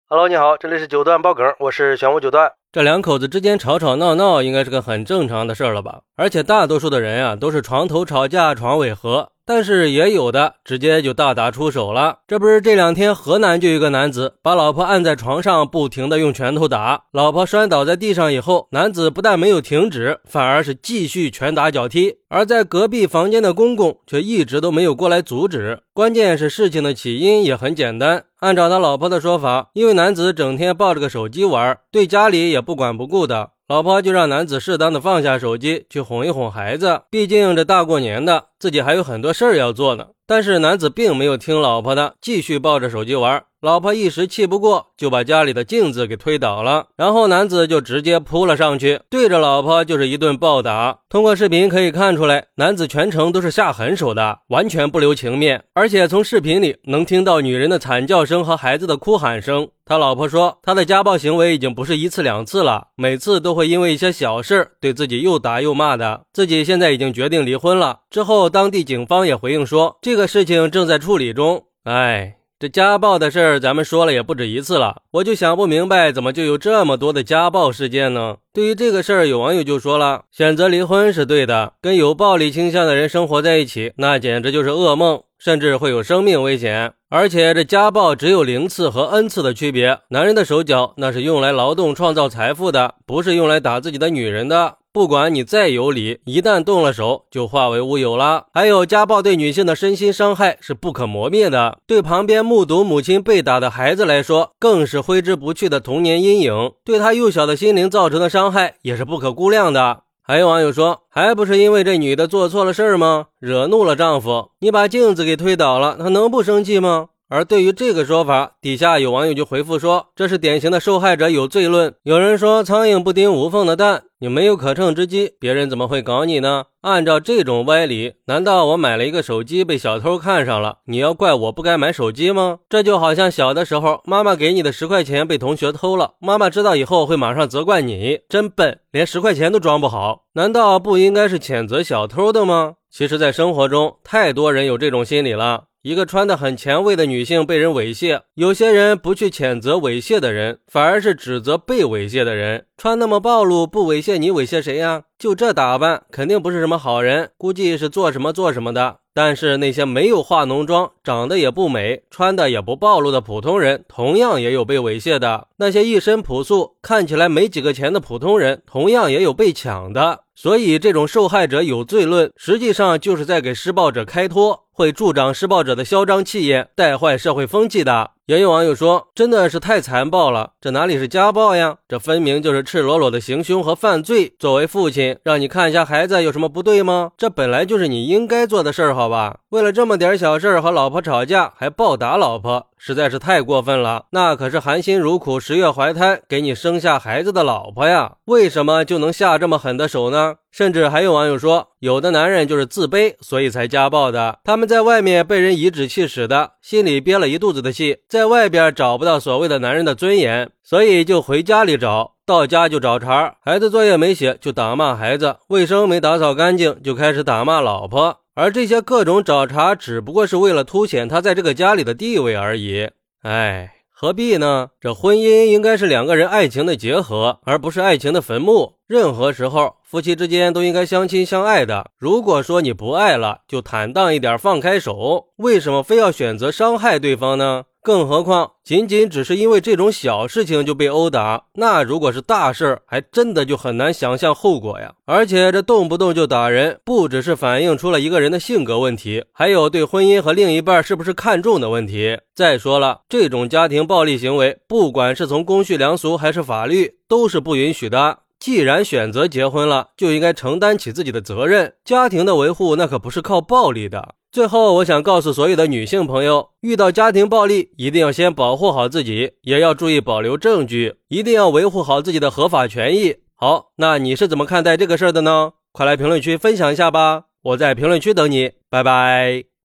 Hello， 你好，这里是九段爆梗，我是玄武九段。 这两口子之间吵吵闹闹应该是个很正常的事了吧？而且大多数的人啊都是床头吵架床尾和，但是也有的直接就大打出手了。这不是这两天河南就有一个男子把老婆按在床上不停的用拳头打，老婆摔倒在地上以后，男子不但没有停止，反而是继续拳打脚踢，而在隔壁房间的公公却一直都没有过来阻止。关键是事情的起因也很简单，按照他老婆的说法，因为男子整天抱着个手机玩，对家里也不管不顾的，老婆就让男子适当的放下手机去哄一哄孩子，毕竟这大过年的自己还有很多事儿要做呢。但是男子并没有听老婆的，继续抱着手机玩，老婆一时气不过，就把家里的镜子给推倒了，然后男子就直接扑了上去，对着老婆就是一顿暴打。通过视频可以看出来，男子全程都是下狠手的，完全不留情面，而且从视频里能听到女人的惨叫声和孩子的哭喊声。他老婆说，他的家暴行为已经不是一次两次了，每次都会因为一些小事对自己又打又骂的，自己现在已经决定离婚了。之后当地警方也回应说，这个事情正在处理中。这家暴的事儿咱们说了也不止一次了，我就想不明白怎么就有这么多的家暴事件呢？对于这个事儿，有网友就说了，选择离婚是对的，跟有暴力倾向的人生活在一起，那简直就是噩梦，甚至会有生命危险。而且这家暴只有0次和 N 次的区别，男人的手脚那是用来劳动创造财富的，不是用来打自己的女人的。不管你再有理，一旦动了手就化为乌有了。还有家暴对女性的身心伤害是不可磨灭的，对旁边目睹母亲被打的孩子来说，更是挥之不去的童年阴影，对他幼小的心灵造成的伤害也是不可估量的。还有网友说，还不是因为这女的做错了事儿吗？惹怒了丈夫，你把镜子给推倒了，她能不生气吗？而对于这个说法，底下有网友就回复说，这是典型的受害者有罪论。有人说，苍蝇不叮无缝的蛋，你没有可乘之机，别人怎么会搞你呢？按照这种歪理，难道我买了一个手机被小偷看上了，你要怪我不该买手机吗？这就好像小的时候，妈妈给你的10块钱被同学偷了，妈妈知道以后会马上责怪你，真笨，连10块钱都装不好。难道不应该是谴责小偷的吗？其实在生活中，太多人有这种心理了。一个穿得很前卫的女性被人猥亵，有些人不去谴责猥亵的人，反而是指责被猥亵的人。穿那么暴露，不猥亵你猥亵谁呀？就这打扮，肯定不是什么好人，估计是做什么做什么的。但是那些没有化浓妆，长得也不美，穿的也不暴露的普通人，同样也有被猥亵的。那些一身朴素，看起来没几个钱的普通人，同样也有被抢的。所以这种受害者有罪论，实际上就是在给施暴者开脱，会助长施暴者的嚣张气焰，带坏社会风气的。也有网友说，真的是太残暴了，这哪里是家暴呀？这分明就是赤裸裸的行凶和犯罪。作为父亲，让你看一下孩子有什么不对吗？这本来就是你应该做的事儿，好吧？为了这么点小事和老婆吵架，还暴打老婆，实在是太过分了。那可是含辛茹苦10月怀胎给你生下孩子的老婆呀，为什么就能下这么狠的手呢？甚至还有网友说，有的男人就是自卑，所以才家暴的。他们在外面被人颐指气使的，心里憋了一肚子的气，在外边找不到所谓的男人的尊严，所以就回家里找，到家就找茬，孩子作业没写就打骂孩子，卫生没打扫干净就开始打骂老婆。而这些各种找茬只不过是为了凸显他在这个家里的地位而已。何必呢？这婚姻应该是2个人爱情的结合，而不是爱情的坟墓。任何时候夫妻之间都应该相亲相爱的，如果说你不爱了，就坦荡一点，放开手，为什么非要选择伤害对方呢？更何况仅仅只是因为这种小事情就被殴打，那如果是大事，还真的就很难想象后果呀。而且这动不动就打人，不只是反映出了一个人的性格问题，还有对婚姻和另一半是不是看重的问题。再说了，这种家庭暴力行为，不管是从公序良俗还是法律，都是不允许的。既然选择结婚了，就应该承担起自己的责任。家庭的维护那可不是靠暴力的。最后我想告诉所有的女性朋友，遇到家庭暴力一定要先保护好自己，也要注意保留证据，一定要维护好自己的合法权益。好，那你是怎么看待这个事儿的呢？快来评论区分享一下吧，我在评论区等你，拜拜。